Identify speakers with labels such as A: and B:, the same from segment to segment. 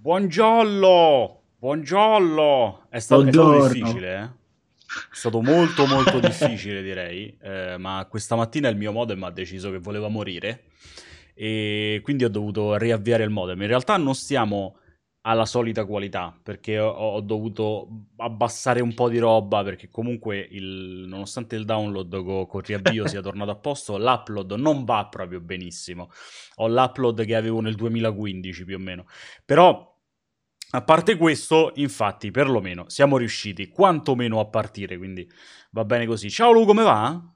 A: Buongiorno! Buongiorno! È stato
B: Buongiorno.
A: difficile, eh? È stato molto molto difficile, direi, ma questa mattina il mio modem ha deciso che voleva morire e quindi ho dovuto riavviare il modem. In realtà non stiamo alla solita qualità perché ho dovuto abbassare un po' di roba perché comunque nonostante il download con riavvio sia tornato a posto, l'upload non va proprio benissimo. Ho l'upload che avevo nel 2015 più o meno. Però, a parte questo, infatti, perlomeno siamo riusciti quantomeno a partire, quindi va bene così. Ciao Lu, come va?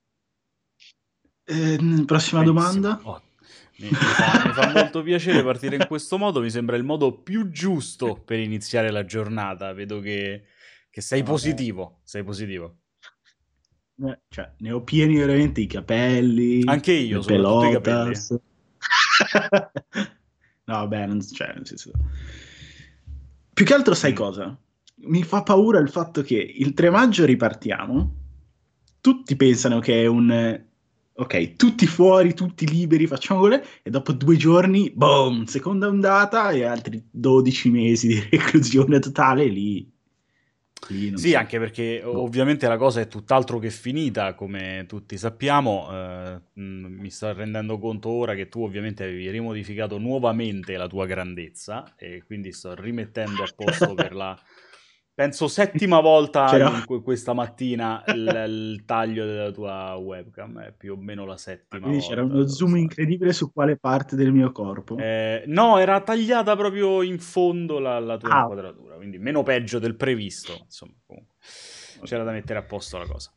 B: Prossima
A: Benissimo.
B: domanda.
A: Oh, mi fa molto piacere partire in questo modo, mi sembra il modo più giusto per iniziare la giornata. Vedo che sei
B: Vabbè,
A: positivo, sei positivo.
B: cioè, ne ho pieni veramente i capelli,
A: Anche io,
B: le
A: soprattutto i capelli.
B: pelotas. No, vabbè, cioè, nel senso... Più che altro sai
A: Mm.
B: cosa? Mi fa paura il fatto che il 3 maggio ripartiamo, tutti pensano che è un... Ok, tutti fuori, tutti liberi, facciamo quello, e dopo 2 giorni, boom, seconda ondata e altri 12 mesi di reclusione totale lì non
A: Sì,
B: so.
A: anche perché
B: Boh.
A: ovviamente la cosa è tutt'altro che finita, come tutti sappiamo. Mi sto rendendo conto ora che tu ovviamente avevi rimodificato nuovamente la tua grandezza e quindi sto rimettendo a posto per la, penso, settima volta
B: C'era
A: questa mattina il taglio della tua webcam, è più o meno la settima
B: quindi c'era
A: volta
B: uno
A: te lo
B: zoom
A: sto.
B: incredibile su quale parte del mio corpo.
A: No, era tagliata proprio in fondo la tua
B: Ah,
A: inquadratura, quindi meno peggio del previsto, insomma, comunque
B: ok.
A: c'era da mettere a posto la cosa.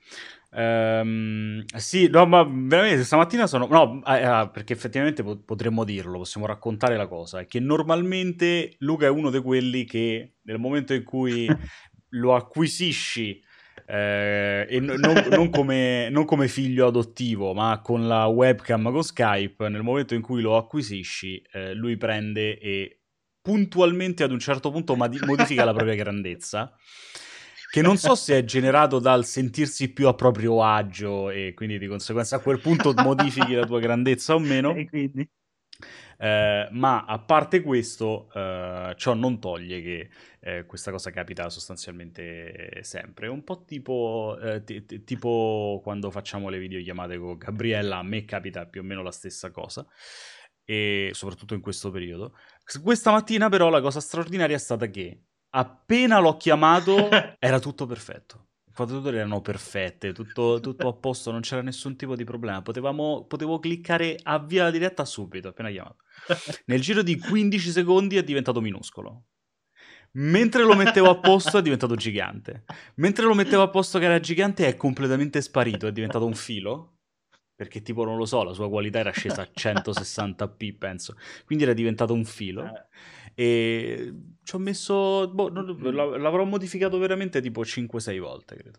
A: Sì, no, ma veramente stamattina sono... No, perché effettivamente potremmo dirlo, possiamo raccontare la cosa, è che normalmente Luca è uno di quelli che nel momento in cui lo acquisisci e non come figlio adottivo, ma con la webcam con Skype, nel momento in cui lo acquisisci, lui prende e puntualmente ad un certo punto modifica la propria grandezza, che non so se è generato dal sentirsi più a proprio agio e quindi di conseguenza a quel punto modifichi la tua grandezza o
B: E
A: meno.
B: quindi?
A: Ma a parte questo, ciò non toglie che questa cosa capita sostanzialmente sempre. Un po' tipo, tipo quando facciamo le videochiamate con Gabriella, a me capita più o meno la stessa cosa, e soprattutto in questo periodo. Questa mattina però la cosa straordinaria è stata che appena l'ho chiamato era tutto perfetto. Le quadrature erano perfette, tutto a posto, non c'era nessun tipo di problema. Potevo cliccare avvia la diretta subito, appena chiamato. Nel giro di 15 secondi è diventato minuscolo. Mentre lo mettevo a posto è diventato gigante. Mentre lo mettevo a posto che era gigante è completamente sparito, è diventato un filo. Perché tipo, non lo so, la sua qualità era scesa a 160p, penso. Quindi era diventato un filo.
B: Eh,
A: E ci ho messo... Boh, l'avrò modificato veramente tipo 5-6 volte, credo.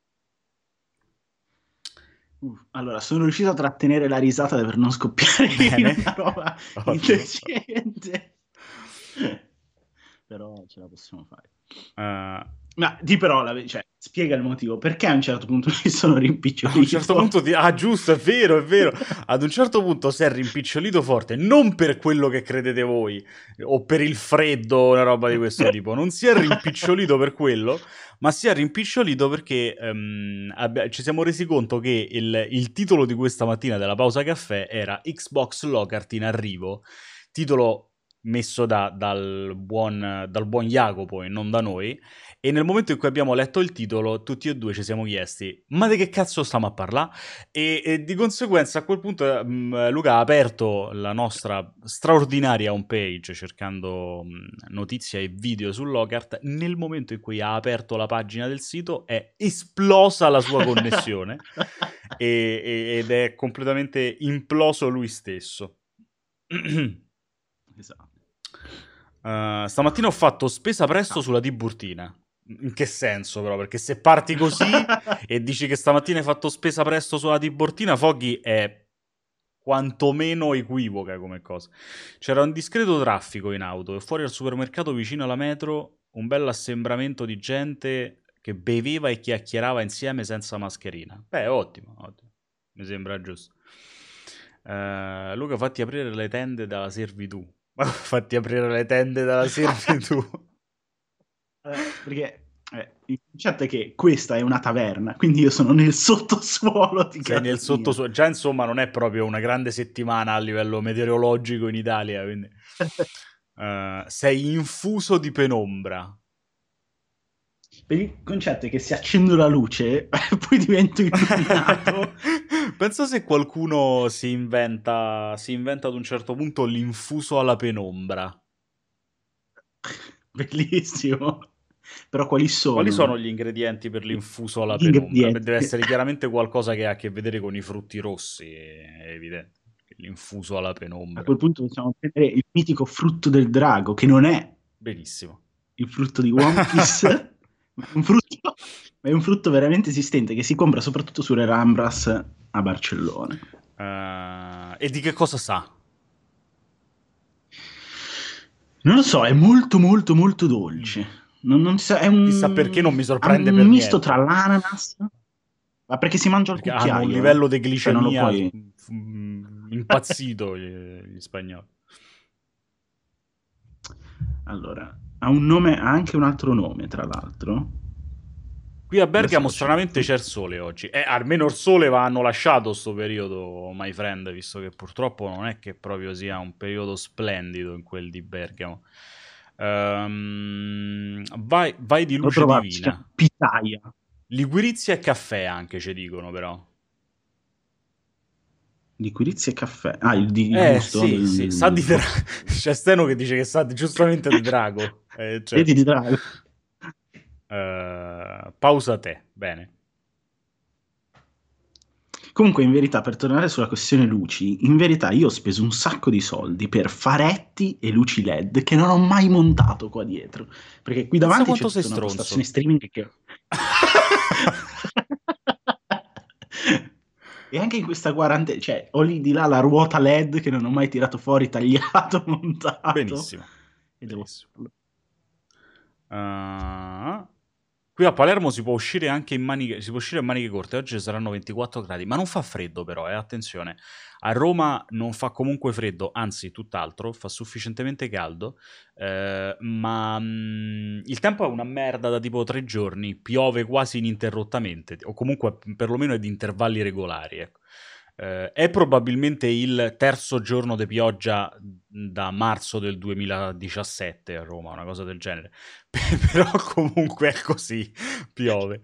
B: allora, sono riuscito a trattenere la risata per non scoppiare in
A: Bene.
B: una roba
A: Ottimo.
B: indecente. Però ce la possiamo fare.
A: Eh,
B: Ma di però, cioè, spiega il motivo, perché a un certo punto mi sono
A: A un certo punto
B: rimpicciolito?
A: Ah, giusto, è vero, è vero. Ad un certo punto si è rimpicciolito forte, non per quello che credete voi, o per il freddo o una roba di questo tipo. Non si è rimpicciolito per quello, ma si è rimpicciolito perché ci siamo resi conto che il titolo di questa mattina della pausa caffè era Xbox Lockhart in arrivo, titolo messo dal buon Jacopo e non da noi, e nel momento in cui abbiamo letto il titolo, tutti e due ci siamo chiesti: ma di che cazzo stiamo a parlare? E di conseguenza a quel punto Luca ha aperto la nostra straordinaria homepage cercando notizie e video su Lockhart. Nel momento in cui ha aperto la pagina del sito è esplosa la sua connessione ed è completamente imploso lui stesso.
B: Esatto.
A: Stamattina ho fatto spesa presto
B: Ah.
A: sulla Tiburtina. In che senso, però? Perché se parti così e dici che stamattina hai fatto spesa presto sulla Tiburtina, Foggy è quantomeno equivoca come cosa. C'era un discreto traffico in auto e fuori al supermercato vicino alla metro un bel assembramento di gente che beveva e chiacchierava insieme senza mascherina. Beh, ottimo, ottimo. Mi sembra giusto. Luca, fatti aprire le tende dalla servitù. Fatti aprire le tende dalla servitù.
B: Perché il concetto è che questa è una taverna, quindi io sono nel sottosuolo di
A: Sei
B: casa
A: nel
B: mia.
A: sottosuolo. Già, insomma, non è proprio una grande settimana a livello meteorologico in Italia, quindi... sei infuso di penombra.
B: Per il concetto è che se accendo la luce, poi divento illuminato.
A: Pensa se qualcuno si inventa ad un certo punto l'infuso alla penombra.
B: Bellissimo. Però quali
A: Quali
B: sono
A: sono gli ingredienti per l'infuso alla
B: gli
A: penombra? Beh,
B: ingredienti?
A: deve essere chiaramente qualcosa che ha a che vedere con i frutti rossi, è evidente. L'infuso alla
B: A
A: penombra.
B: quel punto possiamo prendere il mitico frutto del drago, che non è
A: Benissimo.
B: il frutto di One Piece, ma è un frutto veramente esistente che si compra soprattutto sulle Rambras a Barcellona.
A: E di che cosa sa?
B: Non lo so, è molto molto molto dolce. Non si sa, è
A: Chissà perché non mi
B: ha
A: sorprende
B: un
A: per
B: misto tra
A: niente.
B: l'ananas, ma perché si mangia al
A: Perché hanno un
B: cucchiaio,
A: livello di
B: cioè non lo
A: glicemia
B: puoi...
A: impazzito gli spagnoli.
B: Allora, ha anche un altro nome, tra l'altro.
A: Qui a
B: Adesso
A: Bergamo
B: lo
A: stranamente
B: cerco.
A: c'è il sole oggi. Almeno il sole hanno lasciato sto periodo, my friend, visto che purtroppo non è che proprio sia un periodo splendido in quel di Bergamo. Vai di
B: L'ho
A: luce
B: trovato, si chiama
A: divina.
B: Pitaya.
A: Ligurizia e caffè anche, ci dicono però.
B: Liquirizia e caffè. Ah, il gusto?
A: Sì, sì, sa di drago.
B: Forse...
A: C'è Steno che dice che sa giustamente di drago.
B: Vedi
A: Certo.
B: di drago.
A: Pausa te, bene.
B: Comunque, in verità, per tornare sulla questione luci, in verità io ho speso un sacco di soldi per faretti e luci LED che non ho mai montato qua dietro. Perché qui
A: Pensa
B: davanti c'è
A: quanto sei
B: tutta una postazione
A: stronzo.
B: streaming che... E anche in questa quarantena, cioè, ho lì di là la ruota LED che non ho mai tirato fuori, tagliato, montato.
A: Benissimo,
B: E devo
A: benissimo.
B: farlo.
A: Ah, qui a Palermo si può uscire anche si può uscire in maniche corte. Oggi saranno 24 gradi, ma non fa freddo però, attenzione. A Roma non fa comunque freddo, anzi tutt'altro, fa sufficientemente caldo, ma il tempo è una merda da tipo 3 giorni, piove quasi ininterrottamente, o comunque perlomeno è di intervalli regolari, ecco. È probabilmente il terzo giorno di pioggia da marzo del 2017 a Roma, una cosa del genere. Però comunque è così, piove.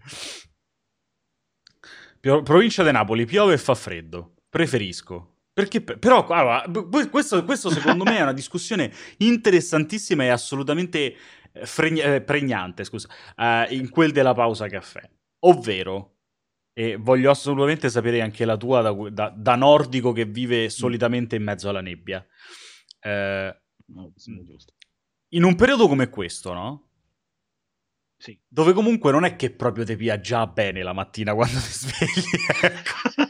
A: Provincia di Napoli, piove e fa freddo. Preferisco. Perché, però, allora, questo secondo me è una discussione interessantissima e assolutamente pregnante, scusa, in quel della pausa caffè. Ovvero, e voglio assolutamente sapere anche la tua da nordico che vive
B: Mm,
A: solitamente in mezzo alla nebbia. Eh,
B: no, sembra giusto.
A: in un periodo come questo, no?
B: Sì.
A: Dove comunque non è che proprio ti pia già bene la mattina quando ti svegli, ecco.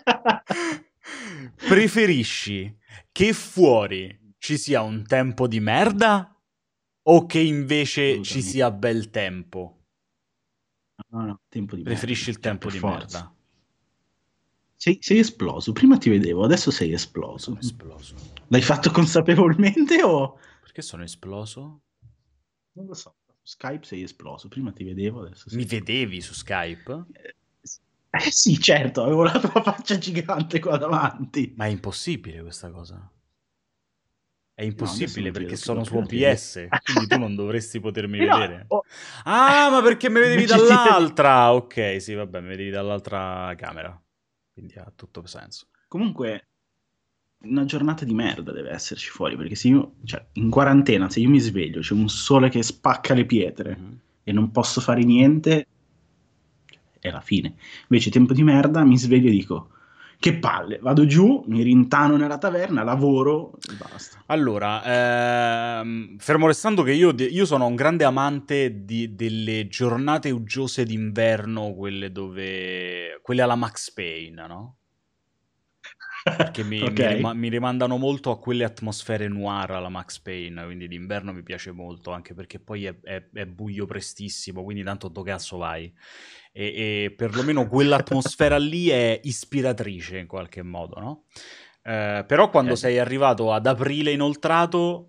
A: Preferisci che fuori ci sia un tempo di merda o che invece ci
B: Assolutamente.
A: sia bel tempo?
B: No, no, tempo di
A: Preferisci
B: merda,
A: il
B: cioè
A: tempo
B: per
A: di
B: forza.
A: merda?
B: Sei esploso. Prima ti vedevo, adesso sei
A: Sono
B: esploso.
A: esploso.
B: L'hai fatto consapevolmente o...
A: Perché sono esploso?
B: Non lo so. Su Skype sei esploso. Prima ti vedevo, adesso sei
A: Mi
B: esploso.
A: vedevi su Skype?
B: Sì, certo, avevo la tua faccia gigante qua davanti.
A: Ma è impossibile questa cosa. È
B: No, adesso
A: impossibile
B: non ti
A: perché
B: vedo più, ma
A: sono su
B: prima ti vedevo.
A: OBS, quindi tu non dovresti potermi
B: E no,
A: vedere.
B: oh.
A: Ah, ma perché mi vedevi
B: Invece sì.
A: dall'altra? Ok, sì, vabbè, mi vedevi dall'altra camera. Quindi ha tutto senso.
B: Comunque, una giornata di merda deve esserci fuori, perché se io, cioè, in quarantena, se io mi sveglio, c'è un sole che spacca le pietre
A: Mhm.
B: e non posso fare niente, è la fine. Invece, tempo di merda, mi sveglio e dico, che palle, vado giù, mi rintano nella taverna, lavoro e basta.
A: Allora, fermo restando che io sono un grande amante delle giornate uggiose d'inverno, quelle alla Max Payne, no? Perché mi,
B: Ok?
A: mi rima- mi rimandano molto a quelle atmosfere noir alla Max Payne, quindi d'inverno mi piace molto, anche perché poi è buio prestissimo, quindi tanto do cazzo vai. E perlomeno quell'atmosfera lì è ispiratrice in qualche modo, no? Però quando
B: Ok.
A: sei arrivato ad aprile inoltrato,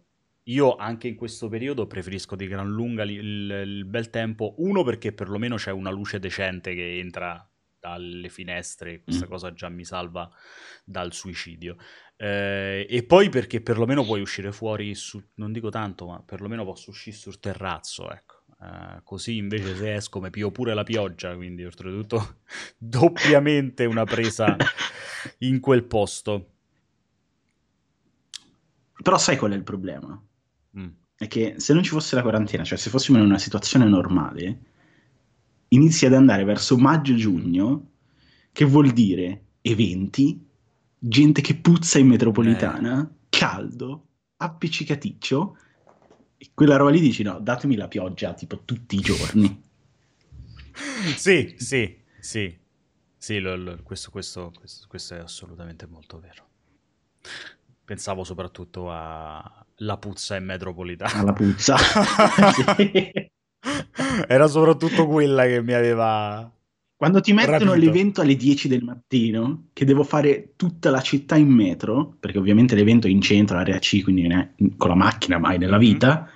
A: io anche in questo periodo preferisco di gran lunga il bel tempo, uno perché perlomeno c'è una luce decente che entra dalle finestre, questa
B: Mm.
A: cosa già mi salva dal suicidio. E poi perché perlomeno puoi uscire fuori, non dico tanto, ma perlomeno posso uscire sul terrazzo, ecco. Così invece se esco mi pio pure la pioggia, quindi oltretutto doppiamente una presa in quel posto.
B: Però sai qual è il problema?
A: Mm.
B: È che se non ci fosse la quarantena, cioè se fossimo in una situazione normale, inizi ad andare verso
A: Mhm.
B: maggio-giugno, che vuol dire eventi, gente che puzza in
A: Eh.
B: metropolitana, caldo, appiccicaticcio, e quella roba lì dici no, datemi la pioggia tipo tutti i giorni.
A: Sì, sì, sì, sì, questo è assolutamente molto vero. Pensavo soprattutto alla puzza in metropolitana.
B: Alla puzza. Sì.
A: Era soprattutto quella che mi aveva
B: Quando ti mettono
A: rapito.
B: l'evento alle 10 del mattino, che devo fare tutta la città in metro, perché ovviamente l'evento è in centro, area C, quindi non è con la macchina mai nella
A: Mhm.
B: vita,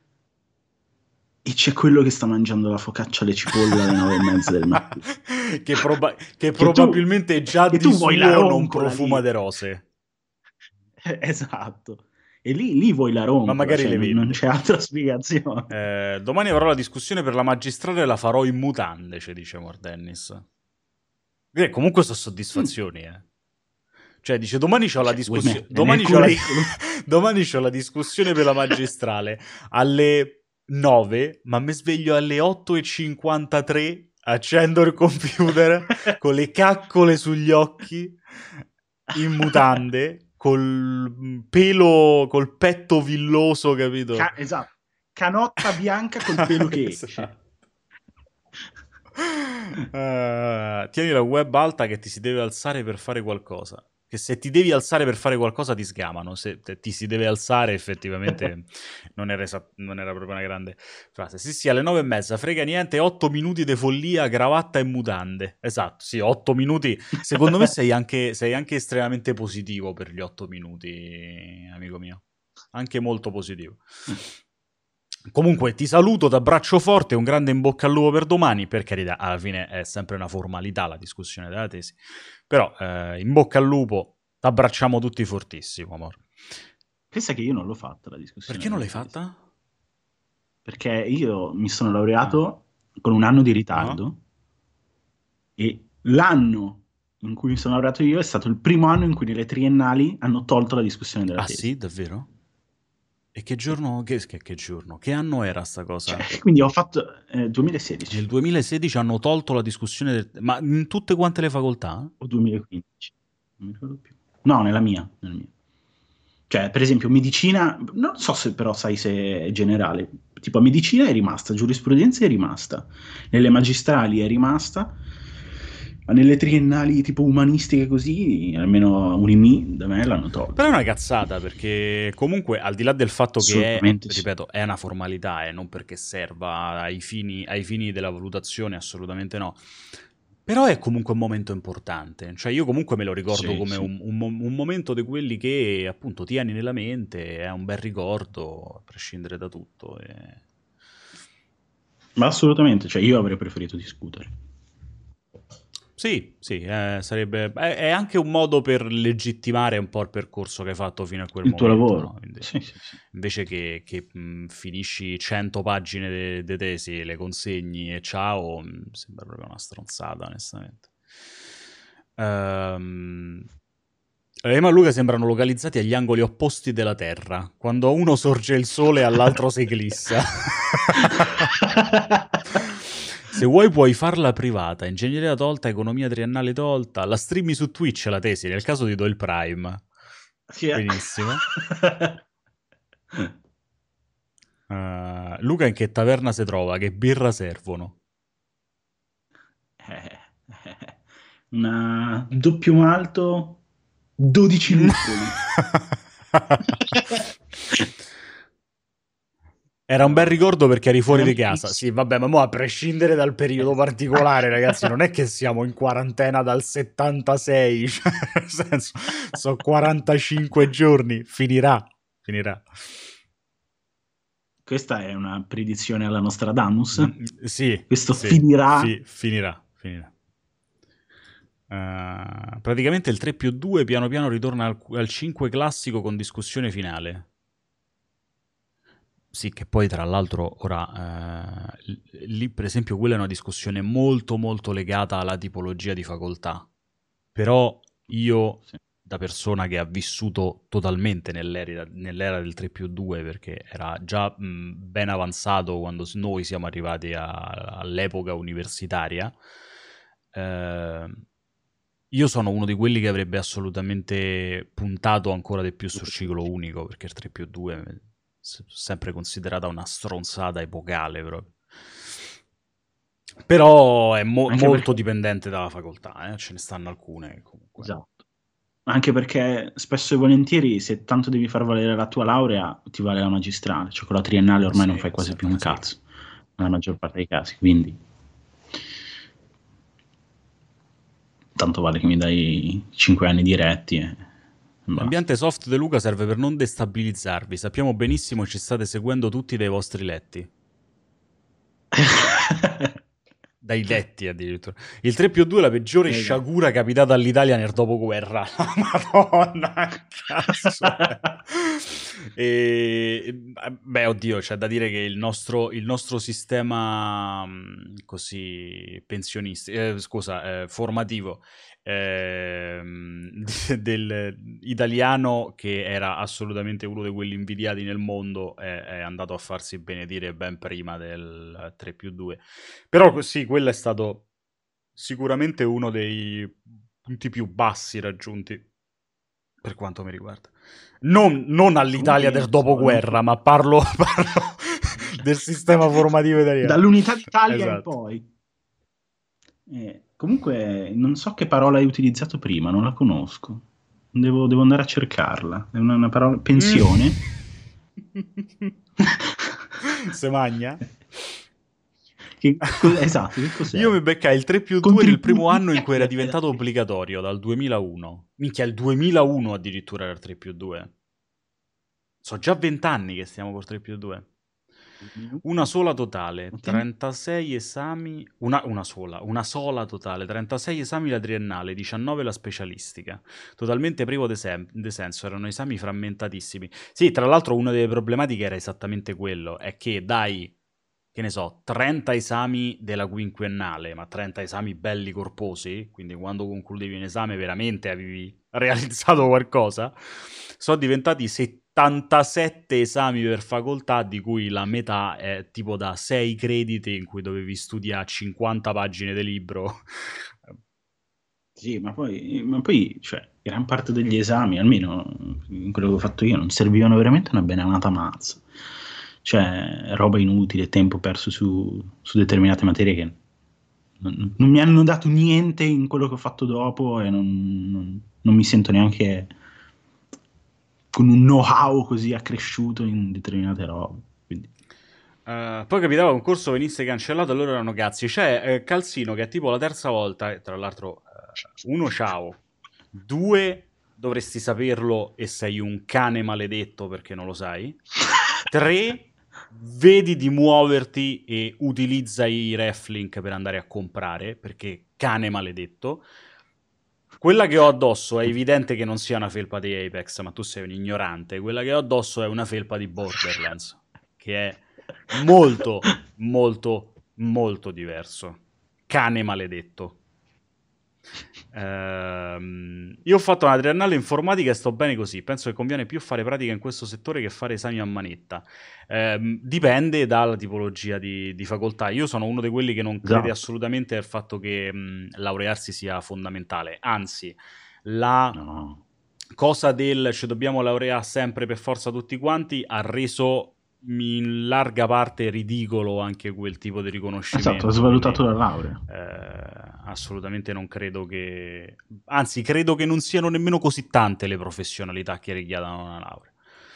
B: e c'è quello che sta mangiando la focaccia alle cipolle alle 9:30 del mattino.
A: Che
B: Che tu,
A: probabilmente già
B: che
A: di
B: tu vuoi la
A: suo non
B: roncola
A: profuma
B: lì.
A: de rose,
B: Esatto. E lì vuoi la
A: ma
B: roncola,
A: magari
B: cioè
A: le
B: non
A: vende.
B: c'è altra spiegazione.
A: Domani avrò la discussione per la magistrale e la farò in mutande, ci dice Mordennis. Comunque sono
B: Mm.
A: soddisfazioni, eh. Cioè, dice, domani c'ho la
B: Cioè, vuoi
A: discussione.
B: mettere nel curriculum?
A: Domani c'ho la discussione per la magistrale alle 9, ma mi sveglio alle 8:53, accendo il computer con le caccole sugli occhi, in mutande, col petto villoso, capito?
B: Esatto. Canotta bianca col pelo che esce.
A: Esatto. Tieni la web alta che ti si deve alzare per fare qualcosa. Che se ti devi alzare per fare qualcosa ti sgamano. Se ti si deve alzare, effettivamente non era proprio una grande frase. Sì, sì, alle 9:30, frega niente, 8 minuti di follia, cravatta e mutande. Esatto, sì, 8 minuti. Secondo me sei anche estremamente positivo per gli 8 minuti, amico mio. Anche molto positivo. Comunque ti saluto, ti abbraccio forte, un grande in bocca al lupo per domani, per carità, alla fine è sempre una formalità la discussione della tesi, però in bocca al lupo, ti abbracciamo tutti fortissimo, amor.
B: Pensa che io non l'ho fatta la discussione
A: Perché non
B: della
A: l'hai
B: tesi,
A: fatta?
B: perché io mi sono
A: Ah,
B: laureato con un anno di
A: ah,
B: ritardo e l'anno in cui mi sono laureato io è stato il primo anno in cui nelle triennali hanno tolto la discussione della
A: ah
B: tesi.
A: sì, davvero? E che
B: Sì.
A: giorno, che giorno? Che anno era sta
B: Cioè,
A: cosa?
B: quindi ho fatto
A: Nel
B: 2016
A: 2016 hanno tolto la discussione, ma in tutte quante le facoltà?
B: o 2015, non mi ricordo più. No, nella mia. Cioè, per esempio, medicina, non so se però sai se è generale, tipo a medicina è rimasta, giurisprudenza è rimasta, nelle magistrali è rimasta, ma nelle triennali tipo umanistiche così, almeno un'IMI da me l'hanno
A: Però
B: tolta.
A: è una cazzata perché comunque al di là del fatto che è,
B: Assolutamente sì.
A: ripeto, è una formalità e non perché serva ai fini della valutazione, assolutamente no. Però è comunque un momento importante, cioè io comunque me lo ricordo
B: Sì,
A: come
B: sì.
A: un momento di quelli che appunto tieni nella mente, è un bel ricordo a prescindere da tutto.
B: Ma assolutamente, cioè io avrei preferito discutere.
A: Sì, sì, sarebbe... è anche un modo per legittimare un po' il percorso che hai fatto fino a quel
B: Il tuo
A: momento, no?
B: lavoro.
A: Quindi,
B: Sì, sì, sì.
A: invece che finisci 100 pagine di tesi, le consegni e ciao, sembra proprio una stronzata, onestamente. Emma e Luca sembrano localizzati agli angoli opposti della Terra. Quando a uno sorge il sole, all'altro si eclissa. Se vuoi puoi farla privata, ingegneria tolta, economia triennale tolta, la streami su Twitch la tesi, nel caso ti do il Prime.
B: Sì, eh.
A: Benissimo. Luca in che taverna si trova? Che birra servono?
B: Eh, una doppio malto, 12 luppoli.
A: Era un bel ricordo perché eri fuori
B: Era
A: di casa. Sì,
B: bellissimo.
A: vabbè, ma mo a prescindere dal periodo particolare, ragazzi, non è che siamo in quarantena dal 76, cioè, nel senso, sono 45 giorni, finirà, finirà.
B: Questa è una predizione alla Nostradamus.
A: Sì,
B: Questo
A: sì,
B: finirà.
A: finirà. Praticamente il 3 più 2 piano piano ritorna al 5 classico con discussione finale. Sì, che poi tra l'altro ora, lì per esempio quella è una discussione molto molto legata alla tipologia di facoltà. Però io,
B: Sì.
A: da persona che ha vissuto totalmente nell'era del 3 più 2, perché era già ben avanzato quando noi siamo arrivati all'epoca universitaria, eh, io sono uno di quelli che avrebbe assolutamente puntato ancora di più sul ciclo unico, perché il 3 più 2 è sempre considerata una stronzata epocale proprio. Però è
B: Anche
A: molto
B: perché,
A: dipendente dalla facoltà, ce ne stanno alcune che comunque.
B: esatto. Anche perché spesso e volentieri, se tanto devi far valere la tua laurea, ti vale la magistrale. Cioè con la triennale ormai non
A: Sì,
B: fai quasi più
A: sempre
B: un
A: così.
B: cazzo, nella maggior parte dei casi. Quindi, tanto vale che mi dai 5 anni diretti e basta.
A: L'ambiente soft De Luca serve per non destabilizzarvi. Sappiamo benissimo che ci state seguendo tutti dai vostri letti. Dai letti addirittura. Il 3 più 2 è la peggiore
B: Esatto.
A: sciagura capitata all'Italia nel dopoguerra. Madonna, cazzo. Beh, oddio, c'è da dire che il nostro sistema così pensionistico, scusa, formativo del italiano, che era assolutamente uno di quelli invidiati nel mondo, è andato a farsi benedire ben prima del 3 più 2. Però sì, quello è stato sicuramente uno dei punti più bassi raggiunti, per quanto mi riguarda. Non
B: Comunque
A: all'Italia
B: io
A: del
B: non so,
A: dopoguerra, ma parlo del sistema formativo italiano.
B: dall'unità d'Italia in
A: Esatto.
B: poi. Comunque non so che parola hai utilizzato prima, non la conosco. Devo andare a cercarla. È una parola. Pensione?
A: Se magna?
B: Esatto, che cos'è?
A: Io mi beccai il 3 più 2 nel primo
B: Contributi?
A: anno in cui era diventato obbligatorio, dal 2001. Minchia, il 2001 addirittura era il 3 più 2. So già 20 anni che stiamo col 3 più 2. Una sola totale,
B: Tempo.
A: 36 esami, una sola totale, 36 esami la triennale, 19 la specialistica. Totalmente privo de senso, erano esami frammentatissimi. Sì, tra l'altro una delle problematiche era esattamente quello, è che dai, che ne so, 30 esami della quinquennale, ma 30 esami belli corposi, quindi quando concludevi un esame veramente avevi realizzato qualcosa, sono diventati 77 esami per facoltà, di cui la metà è tipo da 6 crediti in cui dovevi studiare 50 pagine di libro.
B: Sì, ma poi, cioè, gran parte degli esami, almeno in quello che ho fatto io, non servivano veramente una benamata mazza. Cioè, roba inutile, tempo perso su determinate materie che non mi hanno dato niente in quello che ho fatto dopo e non mi sento neanche con un know-how così accresciuto in determinate robe. Quindi,
A: Poi capitava che un corso venisse cancellato, allora erano cazzi. C'è Calzino che è tipo la terza volta, e tra l'altro, uno, ciao, due, dovresti saperlo e sei un cane maledetto perché non lo sai, tre, vedi di muoverti e utilizza i reflink per andare a comprare, perché cane maledetto. Quella che ho addosso è evidente che non sia una felpa di Apex, ma tu sei un ignorante. Quella che ho addosso è una felpa di Borderlands, che è molto, molto, molto diverso. Cane maledetto. Io ho fatto una triennale informatica e sto bene così. Penso che conviene più fare pratica in questo settore che fare esami a manetta. Dipende dalla tipologia di facoltà. Io sono uno di quelli che non crede
B: esatto.
A: assolutamente al fatto che laurearsi sia fondamentale. Anzi, la
B: No.
A: cosa del ci dobbiamo laureare sempre per forza tutti quanti ha reso in larga parte ridicolo anche quel tipo di
B: Esatto, ho
A: riconoscimento, quindi
B: svalutato la laurea.
A: assolutamente non credo che... Anzi, credo che non siano nemmeno così tante le professionalità che richiedono una laurea.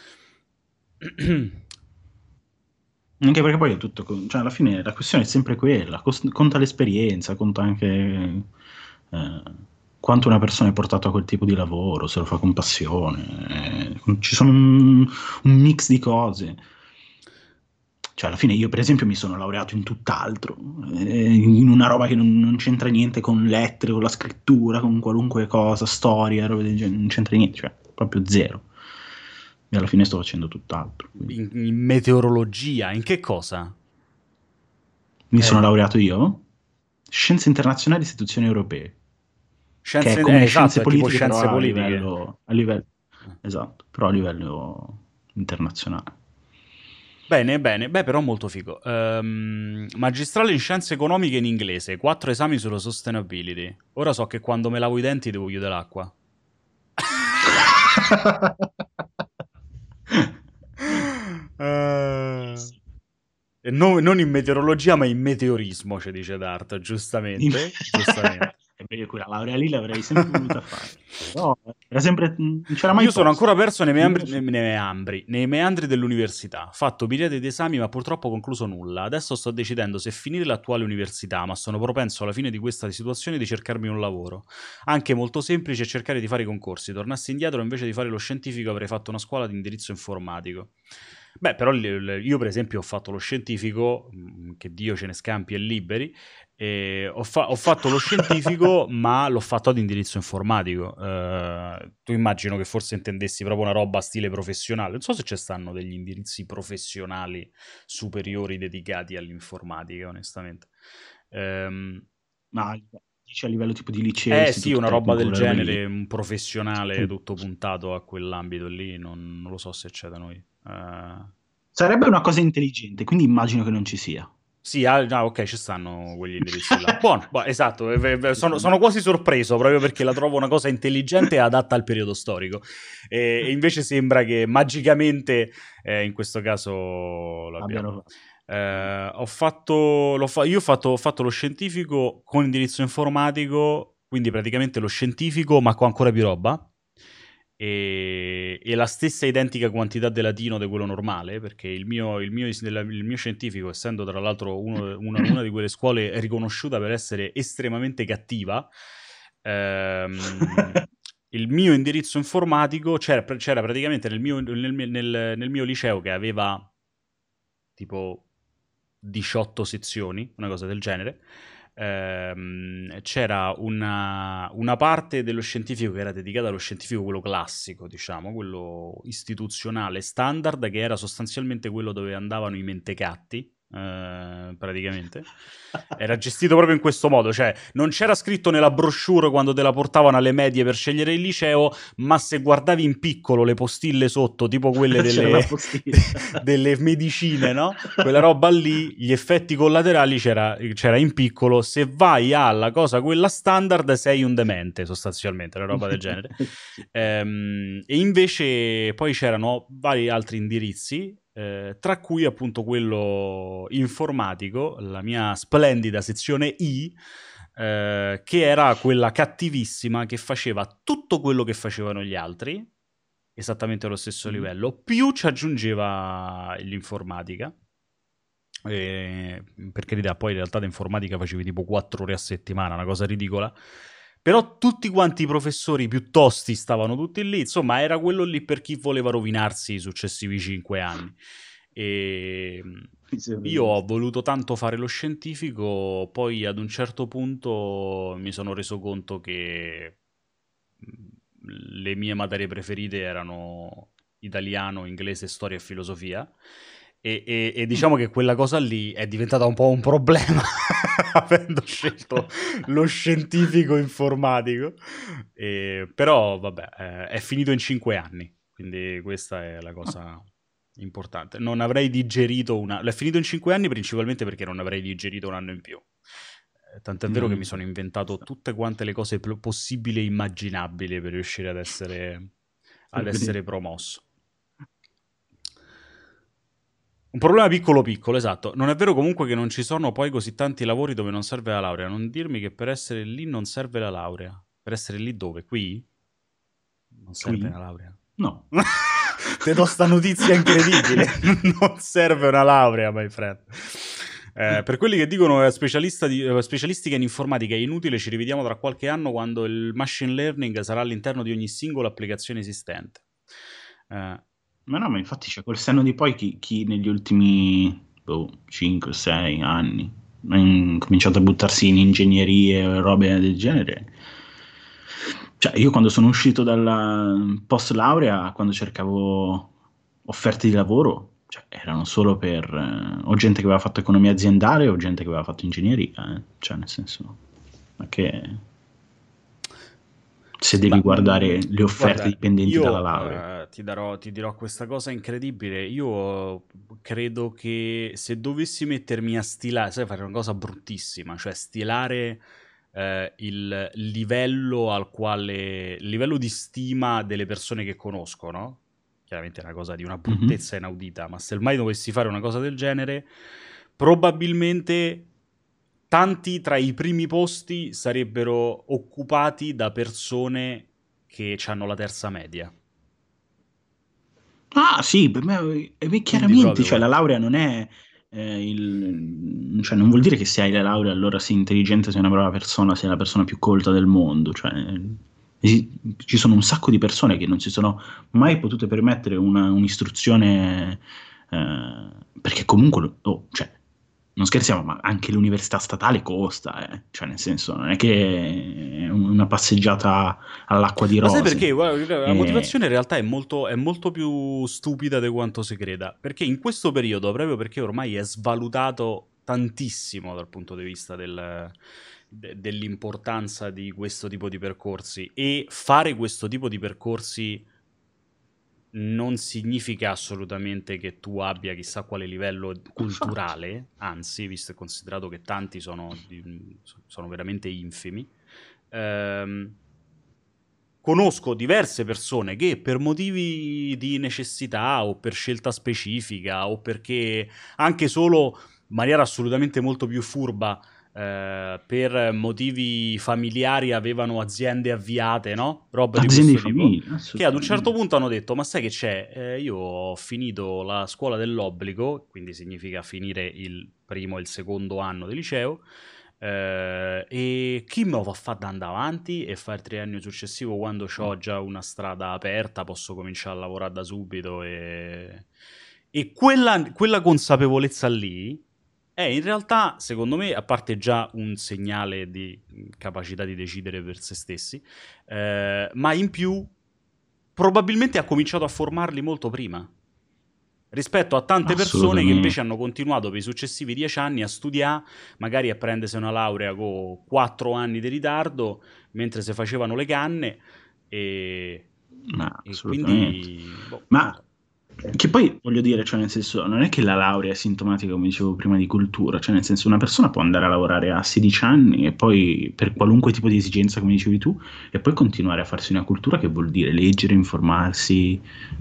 B: Anche perché poi è tutto, cioè alla fine la questione è sempre quella, conta l'esperienza, conta anche eh, quanto una persona è portata a quel tipo di lavoro, se lo fa con passione, ci sono un mix di cose. Cioè, alla fine io, per esempio, mi sono laureato in tutt'altro, in una roba che non c'entra niente con lettere, con la scrittura, con qualunque cosa, storia, roba del genere, non c'entra niente, cioè, proprio zero. E alla fine sto facendo tutt'altro. Quindi.
A: In meteorologia, in che cosa?
B: Mi sono
A: Eh,
B: laureato io, Scienze internazionali e istituzioni europee, che è
A: scienze,
B: come
A: esatto,
B: scienze
A: è tipo
B: politiche, però
A: scienze
B: a
A: politiche.
B: livello, a livello, esatto, però a livello internazionale.
A: Bene, bene, beh, però molto figo. Magistrale in scienze economiche in inglese, 4 esami sulla sustainability. Ora so che quando me lavo i denti devo chiudere l'acqua. Eh, e non in meteorologia, ma in meteorismo, ci dice Dart,
B: In-
A: giustamente, giustamente.
B: E beh, io quella laurea lì l'avrei sempre voluta fare. Però era sempre, non c'era mai
A: Io sono
B: posto.
A: ancora perso
B: Non lo so.
A: nei meandri dell'università. Fatto miriade di esami, ma purtroppo concluso nulla. Adesso sto decidendo se finire l'attuale università, ma sono propenso alla fine di questa situazione di cercarmi un lavoro. Anche molto semplice cercare di fare i concorsi. Tornassi indietro, invece di fare lo scientifico, avrei fatto una scuola di indirizzo informatico. Beh, però io per esempio ho fatto lo scientifico, che Dio ce ne scampi e liberi, e ho fatto lo scientifico, ma l'ho fatto ad indirizzo informatico. Tu immagino che forse intendessi proprio una roba a stile professionale. Non so se ci stanno degli indirizzi professionali superiori dedicati all'informatica, onestamente. Ehm,
B: Ma dici a livello tipo di liceo,
A: eh sì,
B: istituto
A: una roba
B: tecnico,
A: del
B: quelle robe lì.
A: genere, un professionale
B: Sì.
A: tutto puntato a quell'ambito lì, non lo so se c'è da noi.
B: Sarebbe una cosa intelligente, quindi immagino che non ci sia.
A: Sì, ok, ci stanno quegli indirizzi là. Buono, esatto,
B: Ci stanno.
A: sono quasi sorpreso proprio perché la trovo una cosa intelligente e adatta al periodo storico. E invece sembra che magicamente, in questo caso, l'abbiamo.
B: Abbiano
A: Ho fatto lo scientifico con indirizzo informatico, quindi praticamente lo scientifico, ma con ancora più roba. E la stessa identica quantità di latino di quello normale, perché il mio scientifico, essendo tra l'altro una di quelle scuole riconosciuta per essere estremamente cattiva, ehm, il mio indirizzo informatico c'era praticamente nel mio liceo che aveva tipo 18 sezioni, una cosa del genere. C'era una parte dello scientifico che era dedicata allo scientifico, quello classico, diciamo, quello istituzionale standard, che era sostanzialmente quello dove andavano i mentecatti, praticamente. Era gestito proprio in questo modo, cioè non c'era scritto nella brochure quando te la portavano alle medie per scegliere il liceo, ma se guardavi in piccolo le postille sotto, tipo quelle
B: C'era
A: delle,
B: la postilla.
A: delle medicine, no? Quella roba lì, gli effetti collaterali c'era in piccolo. Se vai alla cosa quella standard, sei un demente, sostanzialmente, una roba del genere.
B: Sì.
A: E invece poi c'erano vari altri indirizzi, tra cui appunto quello informatico, la mia splendida sezione I, che era quella cattivissima che faceva tutto quello che facevano gli altri, esattamente allo stesso
B: Mm.
A: livello, più ci aggiungeva l'informatica. Per carità, poi in realtà di informatica facevi tipo 4 ore a settimana, una cosa ridicola. Però tutti quanti i professori più tosti stavano tutti lì, insomma, era quello lì per chi voleva rovinarsi i successivi 5 anni. E
B: Mi sembra
A: io ho
B: giusto.
A: voluto tanto fare lo scientifico, poi ad un certo punto mi sono reso conto che le mie materie preferite erano italiano, inglese, storia e filosofia. E
B: Mm.
A: diciamo che quella cosa lì è diventata un po' un problema, avendo scelto lo scientifico informatico. Però, vabbè, è finito in 5 anni, quindi questa è la
B: Ah,
A: cosa importante. Non avrei digerito una. L'è finito in 5 anni principalmente perché non avrei digerito un anno in più. Tant'è
B: un
A: vero che
B: anno
A: mi
B: in più.
A: sono
B: Ci
A: inventato
B: sta.
A: tutte quante le cose possibili e immaginabili per riuscire ad essere promosso. Un problema piccolo piccolo, esatto. Non è vero comunque che non ci sono poi così tanti lavori dove non serve la laurea. Non dirmi che per essere lì non serve la laurea. Per essere lì dove? Qui? Non serve
B: Qui?
A: la laurea.
B: No.
A: Te do sta notizia incredibile. Non serve una laurea, my friend. Per quelli che dicono specialistica in informatica è inutile, ci rivediamo tra qualche anno quando il machine learning sarà all'interno di ogni singola applicazione esistente. Eh,
B: Ma no, ma infatti c'è col senno di poi chi negli ultimi 5, 6 anni. Ha cominciato a buttarsi in ingegnerie e robe del genere. Cioè, io quando sono uscito dalla post laurea, quando cercavo offerte di lavoro, cioè, erano solo per o gente che aveva fatto economia aziendale o gente che aveva fatto ingegneria, eh. Cioè, nel senso, ma che se
A: Sì,
B: devi
A: ma
B: guardare le offerte
A: guarda,
B: dipendenti dalla
A: io
B: laurea.
A: ti dirò questa cosa incredibile. Io credo che se dovessi mettermi a stilare, sai, fare una cosa bruttissima, cioè stilare il livello al quale, il livello di stima delle persone che conosco, no? Chiaramente è una cosa di una
B: Mhm.
A: bruttezza inaudita, ma se mai dovessi fare una cosa del genere, probabilmente tanti tra i primi posti sarebbero occupati da persone che hanno la terza media.
B: Ah, sì, per me
A: Quindi
B: chiaramente,
A: proprio,
B: cioè la laurea non è cioè non vuol dire che se hai la laurea allora sei intelligente, sei una brava persona, sei la persona più colta del mondo, cioè ci sono un sacco di persone che non si sono mai potute permettere un'istruzione perché comunque, oh, cioè, non scherziamo, ma anche l'università statale costa, eh. Cioè nel senso non è che è una passeggiata all'acqua di
A: ma sai
B: rose.
A: perché? Guarda, la
B: E-
A: motivazione in realtà è molto più stupida di quanto si creda. Perché in questo periodo, proprio perché ormai è svalutato tantissimo dal punto di vista dell'importanza di questo tipo di percorsi, e fare questo tipo di percorsi non significa assolutamente che tu abbia chissà quale livello
B: Infatti.
A: culturale, anzi, visto e considerato che tanti sono veramente infimi. ehm, Conosco diverse persone che per motivi di necessità o per scelta specifica o perché anche solo in maniera assolutamente molto più furba, per motivi familiari avevano aziende avviate, no? Roba di
B: Aziende di
A: questo tipo,
B: famiglia,
A: che ad un certo
B: assolutamente.
A: punto hanno detto: ma sai che c'è? Io ho finito la scuola dell'obbligo, quindi significa finire il primo e il secondo anno del liceo, e chi me lo fa fare da andare avanti e fare il triennio successivo quando ho già una strada aperta, posso cominciare a lavorare da subito e quella consapevolezza lì è in realtà, secondo me, a parte già un segnale di capacità di decidere per se stessi, ma in più probabilmente ha cominciato a formarli molto prima rispetto a tante persone che invece
B: Assolutamente.
A: hanno continuato per i successivi 10 anni a studiare, magari a prendersi una laurea con 4 anni di ritardo, mentre si facevano le canne, e,
B: Ma
A: e
B: assolutamente.
A: quindi, boh, non
B: Ma
A: lo so.
B: che poi voglio dire, cioè nel senso, non è che la laurea è sintomatica, come dicevo prima, di cultura, cioè nel senso una persona può andare a lavorare a 16 anni e poi per qualunque tipo di esigenza, come dicevi tu, e poi continuare a farsi una cultura che vuol dire leggere, informarsi,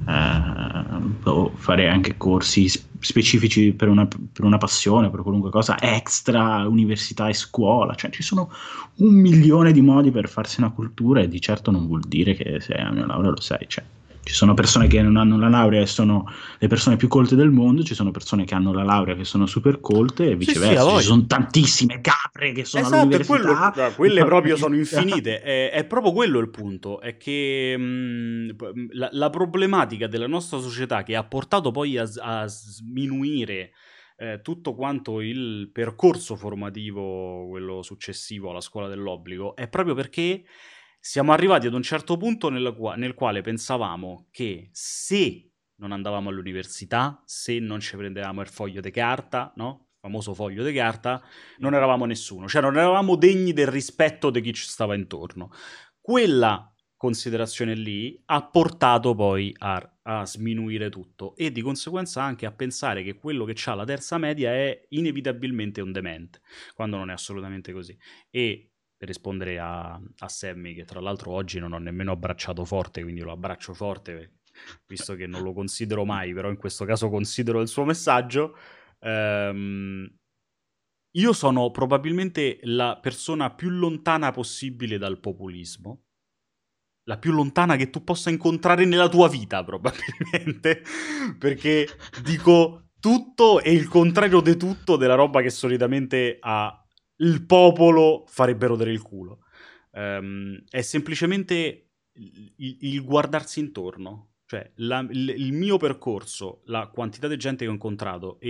B: o fare anche corsi specifici per una passione, per qualunque cosa, extra università e scuola, cioè ci sono un milione di modi per farsi una cultura e di certo non vuol dire che se hai una laurea lo sai, cioè ci sono persone che non hanno la laurea e sono le persone più colte del mondo, ci sono persone che hanno la laurea che sono super colte e
A: Sì, sì, ha
B: viceversa, ci
A: voglia.
B: sono tantissime capre che sono
A: Esatto, è quello
B: all'università e
A: quelle
B: fanno
A: proprio sono
B: l'università.
A: infinite, è proprio quello il punto, è che la problematica della nostra società che ha portato poi a sminuire tutto quanto il percorso formativo, quello successivo alla scuola dell'obbligo, è proprio perché siamo arrivati ad un certo punto nel quale pensavamo che se non andavamo all'università, se non ci prendevamo il foglio di carta, no? Il famoso foglio di carta, non eravamo nessuno, cioè non eravamo degni del rispetto di chi ci stava intorno. Quella considerazione lì ha portato poi a sminuire tutto e di conseguenza anche a pensare che quello che ha la terza media è inevitabilmente un demente, quando non è assolutamente così. E per rispondere a Sammy, che tra l'altro oggi non ho nemmeno abbracciato forte, quindi lo abbraccio forte, visto che non lo considero mai, però in questo caso considero il suo messaggio. ehm, io sono probabilmente la persona più lontana possibile dal populismo, la più lontana che tu possa incontrare nella tua vita, probabilmente, perché dico tutto e il contrario di tutto della roba che solitamente il popolo farebbe rodere il culo. È semplicemente il guardarsi intorno, cioè il mio percorso, la quantità di gente che ho incontrato e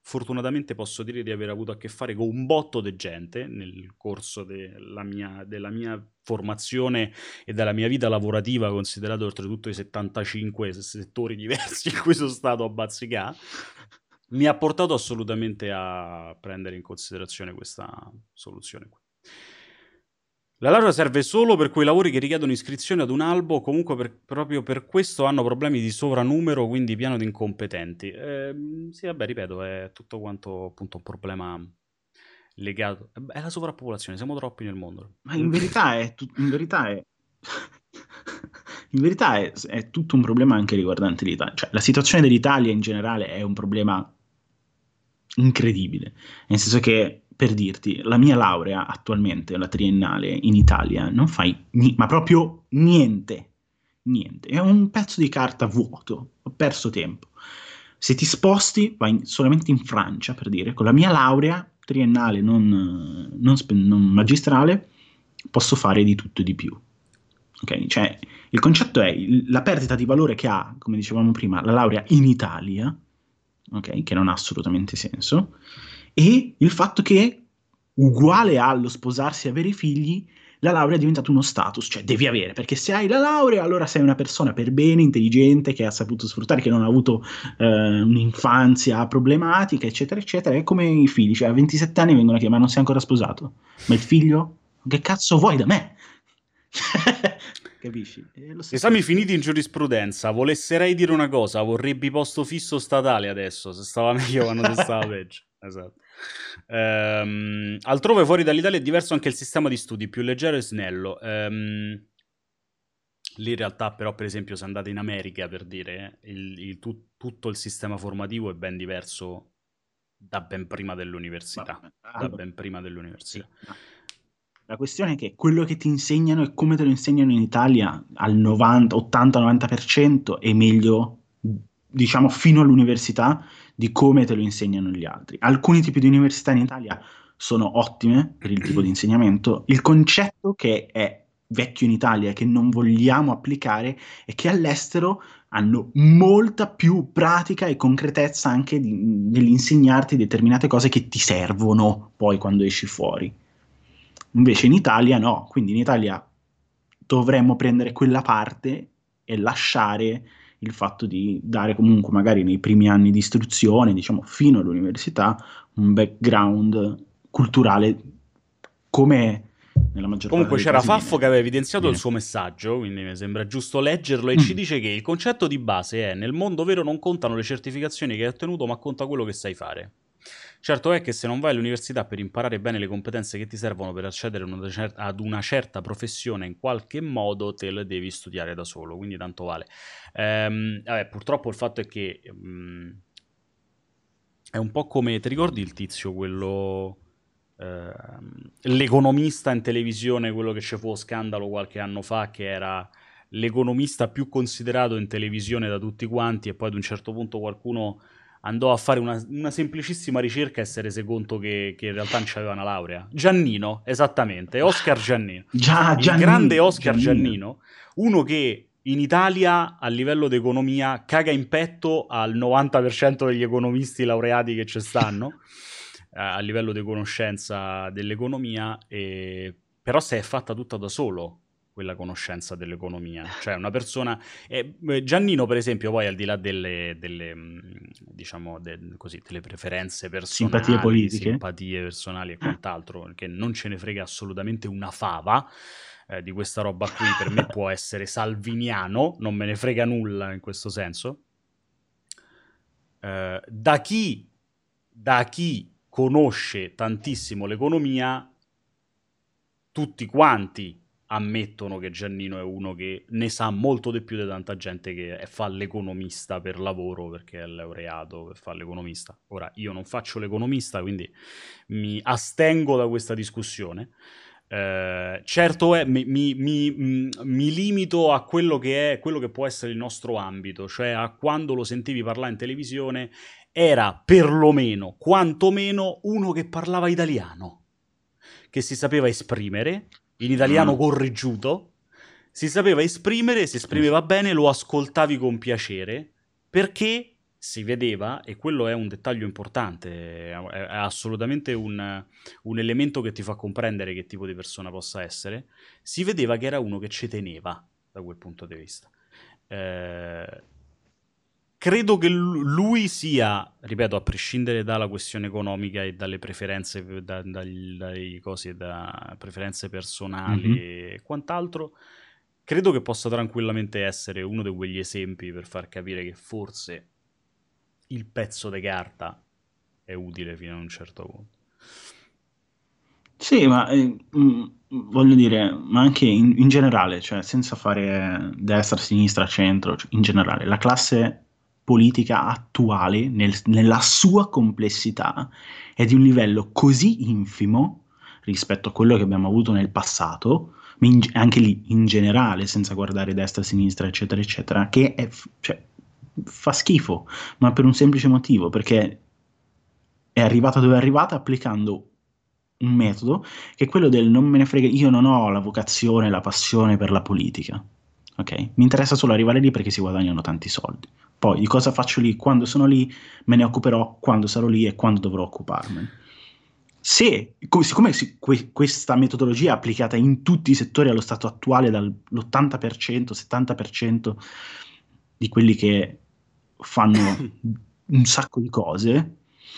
A: fortunatamente posso dire di aver avuto a che fare con un botto di gente nel corso della mia formazione e della mia vita lavorativa, considerato oltretutto i 75 settori diversi in cui sono stato a bazzicà, mi ha portato assolutamente a prendere in considerazione questa soluzione qui. La laurea serve solo per quei lavori che richiedono iscrizione ad un albo o comunque proprio per questo hanno problemi di sovranumero, quindi pieno di incompetenti. Sì, vabbè, ripeto, è tutto quanto appunto un problema legato. È la sovrappopolazione, siamo troppi nel mondo.
B: Ma in verità in verità è, in verità è tutto un problema anche riguardante l'Italia. Cioè, la situazione dell'Italia in generale è un problema incredibile. Nel senso che, per dirti, la mia laurea attualmente, la triennale in Italia, non fai ma proprio niente. Niente. È un pezzo di carta vuoto. Ho perso tempo. Se ti sposti, vai solamente in Francia, per dire, con la mia laurea triennale, non magistrale, posso fare di tutto e di più. Ok? Cioè, il concetto è la perdita di valore che ha, come dicevamo prima, la laurea in Italia, ok? Che non ha assolutamente senso, e il fatto che, uguale allo sposarsi e avere i figli, la laurea è diventata uno status, cioè devi avere, perché se hai la laurea allora sei una persona per bene, intelligente, che ha saputo sfruttare, che non ha avuto un'infanzia problematica, eccetera, eccetera. È come i figli, cioè a 27 anni vengono a chiamare, ma non sei ancora sposato? Ma il figlio? Che cazzo vuoi da me? Capisci? È lo stesso
A: Esami
B: discorso.
A: finiti in giurisprudenza. Volesserei dire una cosa, vorrebbe posto fisso statale adesso, se stava meglio quando si stava peggio. Esatto. Altrove fuori dall'Italia è diverso anche il sistema di studi, più leggero e snello. Lì in realtà però, per esempio, se andate in America, per dire, tutto il sistema formativo è ben diverso da ben prima dell'università. Da
B: Allora,
A: ben prima
B: sì,
A: dell'università.
B: ma la questione è che quello che ti insegnano e come te lo insegnano in Italia al 90, 80-90% è meglio, diciamo, fino all'università di come te lo insegnano gli altri. Alcuni tipi di università in Italia sono ottime per il tipo di insegnamento. Il concetto che è vecchio in Italia e che non vogliamo applicare è che all'estero hanno molta più pratica e concretezza anche nell'insegnarti determinate cose che ti servono poi quando esci fuori. Invece in Italia no, quindi in Italia dovremmo prendere quella parte e lasciare il fatto di dare comunque magari nei primi anni di istruzione, diciamo fino all'università, un background culturale come nella maggior parte
A: Comunque
B: dei
A: c'era
B: casi
A: Faffo che aveva evidenziato il
B: viene
A: suo messaggio, quindi mi sembra giusto leggerlo, e ci
B: Mm.
A: dice che il concetto di base è: nel mondo vero non contano le certificazioni che hai ottenuto, ma conta quello che sai fare. Certo è che se non vai all'università per imparare bene le competenze che ti servono per accedere ad una certa professione, in qualche modo te le devi studiare da solo, quindi tanto vale. Vabbè, purtroppo il fatto è che è un po' come, ti ricordi il tizio, quello, l'economista in televisione, quello che ci fu scandalo qualche anno fa, che era l'economista più considerato in televisione da tutti quanti, e poi ad un certo punto qualcuno andò a fare una semplicissima ricerca e si rese conto che in realtà non c'aveva una laurea. Giannino, esattamente, Oscar Giannino. Il grande Oscar
B: Giannino.
A: Giannino, uno che in Italia a livello di economia caga in petto al 90% degli economisti laureati che ci stanno, a livello di conoscenza dell'economia, però si è fatta tutta da solo quella conoscenza dell'economia. Cioè una persona... Giannino, per esempio, poi al di là diciamo, così, delle preferenze
B: Simpatie
A: personali,
B: politiche.
A: simpatie personali e quant'altro, che non ce ne frega assolutamente una fava, di questa roba qui, per me può essere salviniano, non me ne frega nulla in questo senso. Da chi conosce tantissimo l'economia, tutti quanti ammettono che Giannino è uno che ne sa molto di più di tanta gente che fa l'economista per lavoro, perché è laureato per fare l'economista. Ora, io non faccio l'economista, quindi mi astengo da questa discussione. Certo è, mi limito a quello che può essere il nostro ambito, cioè a quando lo sentivi parlare in televisione era perlomeno, quantomeno, uno che parlava italiano, che si sapeva esprimere, in italiano
B: Mm.
A: correggiuto, si sapeva esprimere, si
B: Sì, sì.
A: esprimeva bene, lo ascoltavi con piacere, perché? si vedeva, e quello è un dettaglio importante, è assolutamente un elemento che ti fa comprendere che tipo di persona possa essere, si vedeva che era uno che ci teneva da quel punto di vista. Eh, Credo che lui sia, ripeto, a prescindere dalla questione economica e dalle preferenze, dai cosi, da preferenze personali
B: Mhm.
A: e quant'altro, credo che possa tranquillamente essere uno di quegli esempi per far capire che forse il pezzo di carta è utile fino a un certo punto.
B: Sì, ma voglio dire, ma anche in generale, cioè senza fare destra, sinistra, centro, cioè, in generale, la classe politica attuale, nella sua complessità, è di un livello così infimo rispetto a quello che abbiamo avuto nel passato, ma anche lì in generale, senza guardare destra, sinistra, eccetera, eccetera, che cioè, fa schifo, ma per un semplice motivo, perché è arrivata dove è arrivata applicando un metodo che è quello del non me ne frega, io non ho la vocazione, la passione per la politica, ok? Mi interessa solo arrivare lì perché si guadagnano tanti soldi. Poi di cosa faccio lì, quando sono lì, me ne occuperò quando sarò lì e quando dovrò occuparmene. Se, siccome questa metodologia è applicata in tutti i settori allo stato attuale, dall'80%, 70% di quelli che fanno un sacco di cose,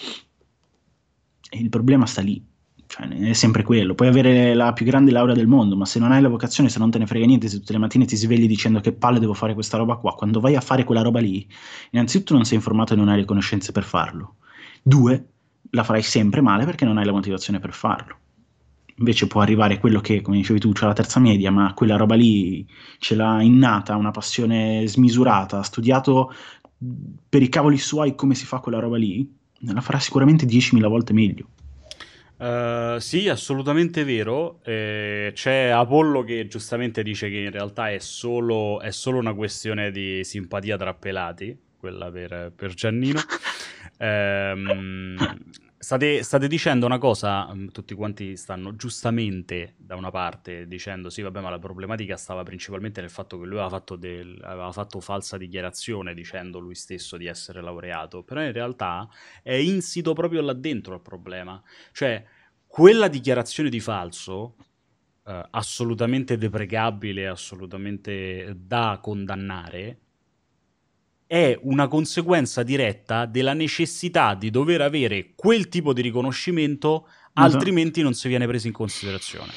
B: e il problema sta lì, cioè è sempre quello. Puoi avere la più grande laurea del mondo, ma se non hai la vocazione, se non te ne frega niente, se tutte le mattine ti svegli dicendo che palle devo fare questa roba qua, quando vai a fare quella roba lì, innanzitutto non sei informato e non hai le conoscenze per farlo. Due, la farai sempre male perché non hai la motivazione per farlo. Invece può arrivare quello che, come dicevi tu, c'ha la terza media, ma quella roba lì ce l'ha innata, una passione smisurata, ha studiato per i cavoli suoi come si fa quella roba lì, la farà sicuramente 10.000 volte meglio.
A: Sì, assolutamente vero. C'è Apollo che giustamente dice che in realtà è solo una questione di simpatia tra pelati, quella per Giannino. Ehm, state dicendo una cosa, tutti quanti stanno giustamente da una parte dicendo sì, vabbè, ma la problematica stava principalmente nel fatto che lui aveva fatto falsa dichiarazione dicendo lui stesso di essere laureato, però in realtà è insito proprio là dentro il problema. Cioè, quella dichiarazione di falso, assolutamente deprecabile, assolutamente da condannare, è una conseguenza diretta della necessità di dover avere quel tipo di riconoscimento,
B: Esatto.
A: altrimenti non si viene preso in considerazione.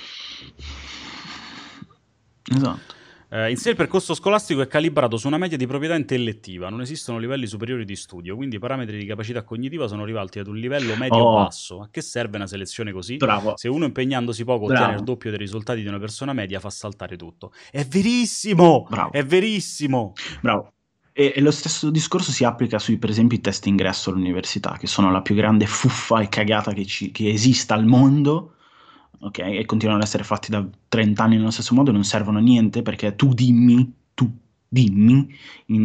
B: Esatto.
A: In sé il percorso scolastico è calibrato su una media di proprietà intellettiva, non esistono livelli superiori di studio, quindi i parametri di capacità cognitiva sono rivolti ad un livello
B: Oh,
A: medio-basso. A che serve una selezione così?
B: bravo,
A: Se uno impegnandosi poco ottiene il
B: bravo,
A: doppio dei risultati di una persona media, fa saltare tutto. È verissimo!
B: bravo,
A: È verissimo!
B: bravo. E lo stesso discorso si applica sui, per esempio, i test ingresso all'università, che sono la più grande fuffa e cagata che esista al mondo, ok? E continuano ad essere fatti da 30 anni nello stesso modo, non servono a niente perché tu dimmi,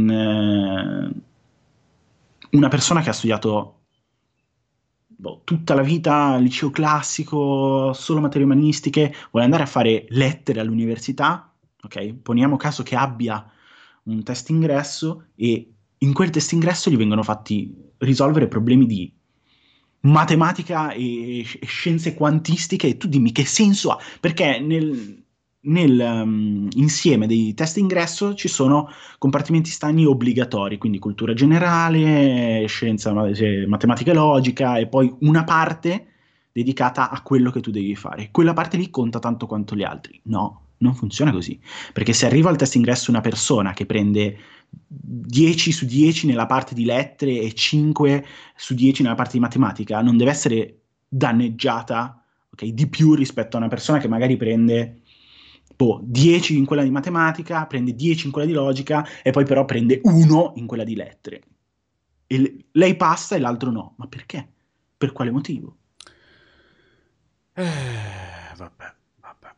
B: una persona che ha studiato tutta la vita al liceo classico, solo materie umanistiche, vuole andare a fare lettere all'università, ok? Poniamo caso che abbia un test ingresso e in quel test ingresso gli vengono fatti risolvere problemi di matematica e scienze quantistiche e tu dimmi che senso ha? Perché nel insieme dei test ingresso ci sono compartimenti stagni obbligatori, quindi cultura generale, scienza, matematica e logica, e poi una parte dedicata a quello che tu devi fare. Quella parte lì conta tanto quanto le altre. No, non funziona così. Perché se arriva al test ingresso una persona che prende 10 su 10 nella parte di lettere e 5 su 10 nella parte di matematica, non deve essere danneggiata, ok, di più rispetto a una persona che magari prende 10 in quella di matematica, prende 10 in quella di logica e poi però prende 1 in quella di lettere. E lei passa e l'altro no. Ma perché? Per quale motivo?
A: Vabbè, vabbè.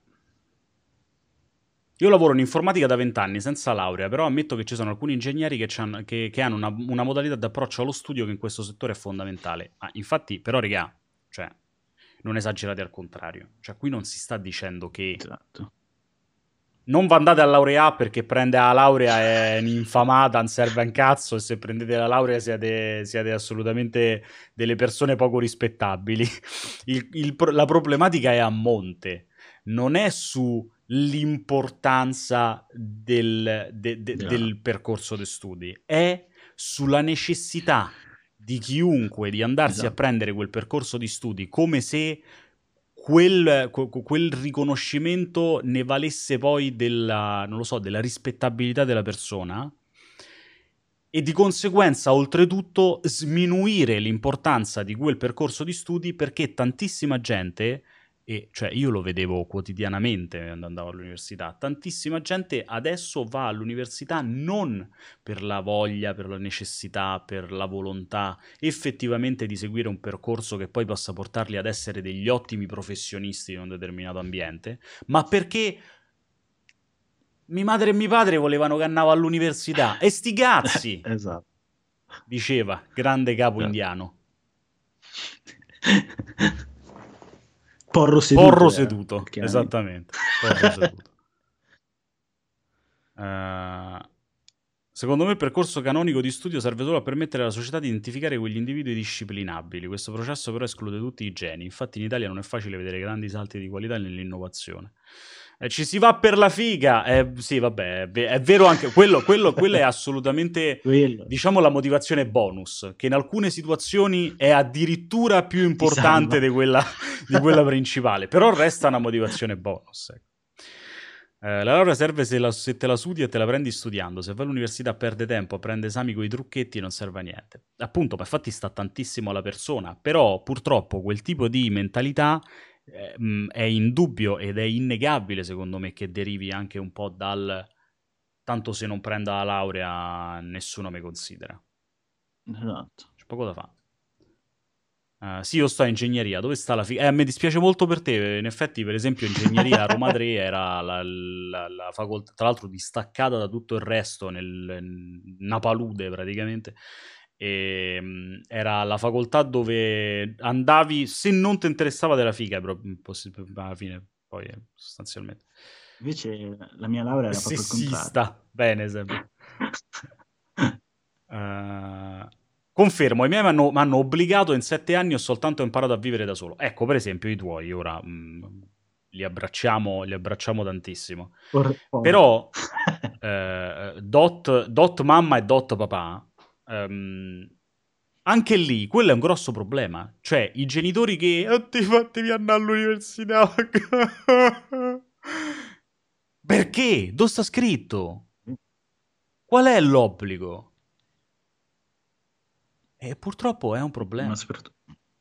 A: Io lavoro in informatica da 20 anni senza laurea, però ammetto che ci sono alcuni ingegneri che hanno una modalità di approccio allo studio che in questo settore è fondamentale. Ah, infatti, però, regà, cioè, non esagerate al contrario. Cioè, qui non si sta dicendo che
B: Esatto.
A: non andate a laureare perché prendere la laurea è un'infamata, non serve un cazzo, e se prendete la laurea siete assolutamente delle persone poco rispettabili. La problematica è a monte, non è sull'importanza del percorso di studi, è sulla necessità di chiunque di andarsi a
B: Esatto.
A: prendere quel percorso di studi come se quel riconoscimento ne valesse poi della, non lo so, della rispettabilità della persona e di conseguenza, oltretutto, sminuire l'importanza di quel percorso di studi perché tantissima gente, e cioè io lo vedevo quotidianamente quando andavo all'università, tantissima gente adesso va all'università non per la voglia, per la necessità, per la volontà effettivamente di seguire un percorso che poi possa portarli ad essere degli ottimi professionisti in un determinato ambiente, ma perché mia madre e mio padre volevano che andavo all'università. E sti cazzi!
B: Esatto.
A: Diceva, grande capo
B: Esatto.
A: indiano.
B: Porro seduto
A: Porro
B: era,
A: seduto,
B: chiaramente.
A: esattamente. Porro seduto. Eh, Secondo me il percorso canonico di studio serve solo a permettere alla società di identificare quegli individui disciplinabili. Questo processo però esclude tutti i geni. Infatti in Italia non è facile vedere grandi salti di qualità nell'innovazione. Ci si va per la figa. Sì, vabbè, è vero anche quello è assolutamente,
B: Quello
A: diciamo, la motivazione bonus, che in alcune situazioni è addirittura più
B: ti
A: importante
B: salva.
A: di quella principale, però resta una motivazione bonus. Ecco. La laurea serve se te la studi e te la prendi studiando. Se vai all'università perde tempo, prende esami con i trucchetti non serve a niente. Appunto, ma infatti sta tantissimo alla persona. Però purtroppo quel tipo di mentalità è indubbio ed è innegabile, secondo me, che derivi anche un po' dal tanto se non prenda la laurea nessuno mi considera.
B: Esatto.
A: C'è poco da fare. Sì, io sto a ingegneria, dove sta la figa? A me dispiace molto per te, in effetti per esempio ingegneria a Roma 3 era la facoltà, tra l'altro distaccata da tutto il resto, una palude praticamente, e era la facoltà dove andavi, se non ti interessava della figa, alla fine, poi sostanzialmente.
B: Invece la mia laurea era proprio il contrario.
A: Sessista, bene sempre. Eh, Confermo, i miei mi hanno obbligato in 7 anni, ho soltanto imparato a vivere da solo. Ecco, per esempio, i tuoi, ora li abbracciamo tantissimo.
B: Forte.
A: Però, dot mamma e dot papà, ehm, anche lì, quello è un grosso problema. Cioè, i genitori che ti fatevi andare all'università. Perché? Dove sta scritto? Qual è l'obbligo? E purtroppo è un
B: Ma
A: problema.
B: soprattutto,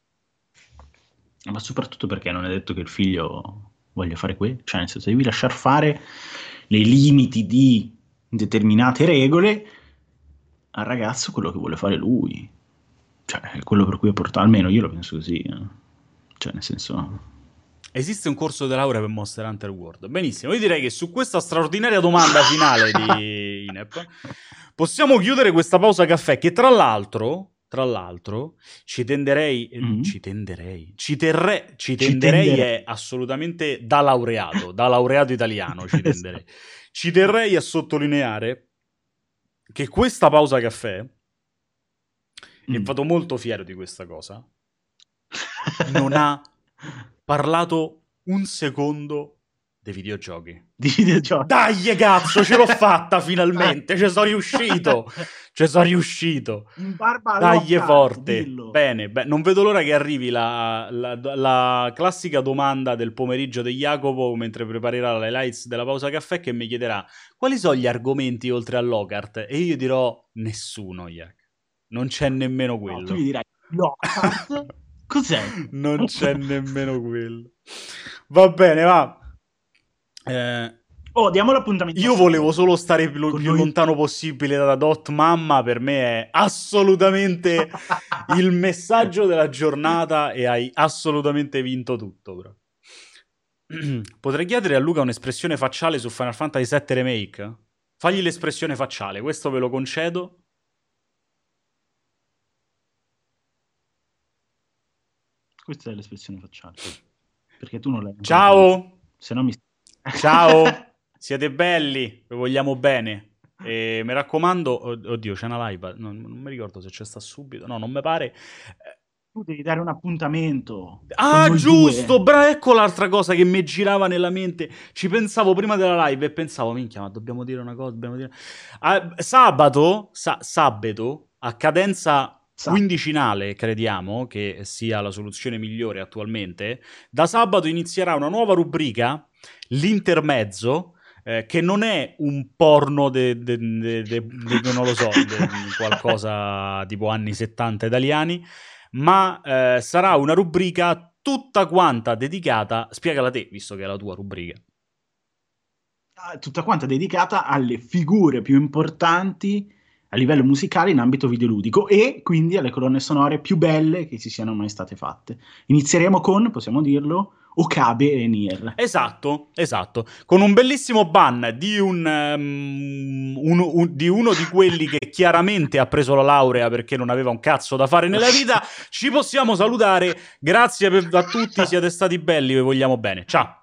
B: ma soprattutto perché non è detto che il figlio voglia fare quello. Cioè, nel senso, devi lasciar fare nei limiti di determinate regole al ragazzo quello che vuole fare lui. Cioè, è quello per cui ho portato, almeno io lo penso così. Cioè, nel senso...
A: Esiste un corso di laurea per Monster Hunter World. Benissimo, io direi che su questa straordinaria domanda finale di Inep possiamo chiudere questa pausa caffè che tra l'altro,
B: Mhm.
A: ci
B: Ci
A: tenderei
B: tenderei.
A: è assolutamente da laureato italiano ci tenderei.
B: Esatto.
A: Ci terrei a sottolineare che questa pausa caffè, e
B: Mm.
A: vado molto fiero di questa cosa, non ha parlato un secondo dei videogiochi.
B: Di videogiochi.
A: Dai, cazzo, ce l'ho fatta finalmente. Ci sono riuscito. Ci sono riuscito.
B: In barba a
A: Dai,
B: Lockhart,
A: forte.
B: dillo.
A: Bene, non vedo l'ora che arrivi la classica domanda del pomeriggio di Jacopo mentre preparerà le lights della pausa caffè che mi chiederà quali sono gli argomenti oltre a Lockhart e io dirò nessuno, Jacopo. Non c'è nemmeno
B: No, tu gli
A: quello.
B: dirai Lockhart? Cos'è?
A: Non c'è nemmeno quello. Va bene, va. Eh,
B: Oh, diamo l'appuntamento a
A: io volevo
B: sabato.
A: solo stare
B: Con
A: più
B: noi
A: lontano
B: due.
A: possibile da Dot Mamma. Per me è assolutamente il messaggio della giornata e hai assolutamente vinto tutto, bro. Potrei chiedere a Luca un'espressione facciale su Final Fantasy VII Remake? Fagli l'espressione facciale, questo ve lo concedo.
B: Questa è l'espressione facciale. Perché tu non l'hai ancora capito.
A: Ciao!
B: Se no mi...
A: Ciao! Siete belli, vi vogliamo bene. E mi raccomando, oddio, c'è una live, non mi ricordo se c'è sta subito, no, non mi pare.
B: Tu devi dare un appuntamento con
A: Ah,
B: noi
A: giusto,
B: due.
A: ecco l'altra cosa che mi girava nella mente. Ci pensavo prima della live e pensavo, minchia, ma dobbiamo dire una cosa, dobbiamo dire... sabato, a cadenza
B: Sa,
A: quindicinale, crediamo che sia la soluzione migliore attualmente, da sabato inizierà una nuova rubrica, l'intermezzo, che non è un porno non lo so, qualcosa tipo anni 70 italiani, ma sarà una rubrica tutta quanta dedicata, spiegala te, visto che è la tua rubrica.
B: tutta quanta dedicata alle figure più importanti a livello musicale in ambito videoludico e quindi alle colonne sonore più belle che ci siano mai state fatte. Inizieremo con, possiamo dirlo, Okabe e Nier.
A: Esatto, esatto, con un bellissimo ban di, di uno di quelli che chiaramente ha preso la laurea perché non aveva un cazzo da fare nella vita. Ci possiamo salutare, grazie a tutti, siete stati belli, vi vogliamo bene, ciao.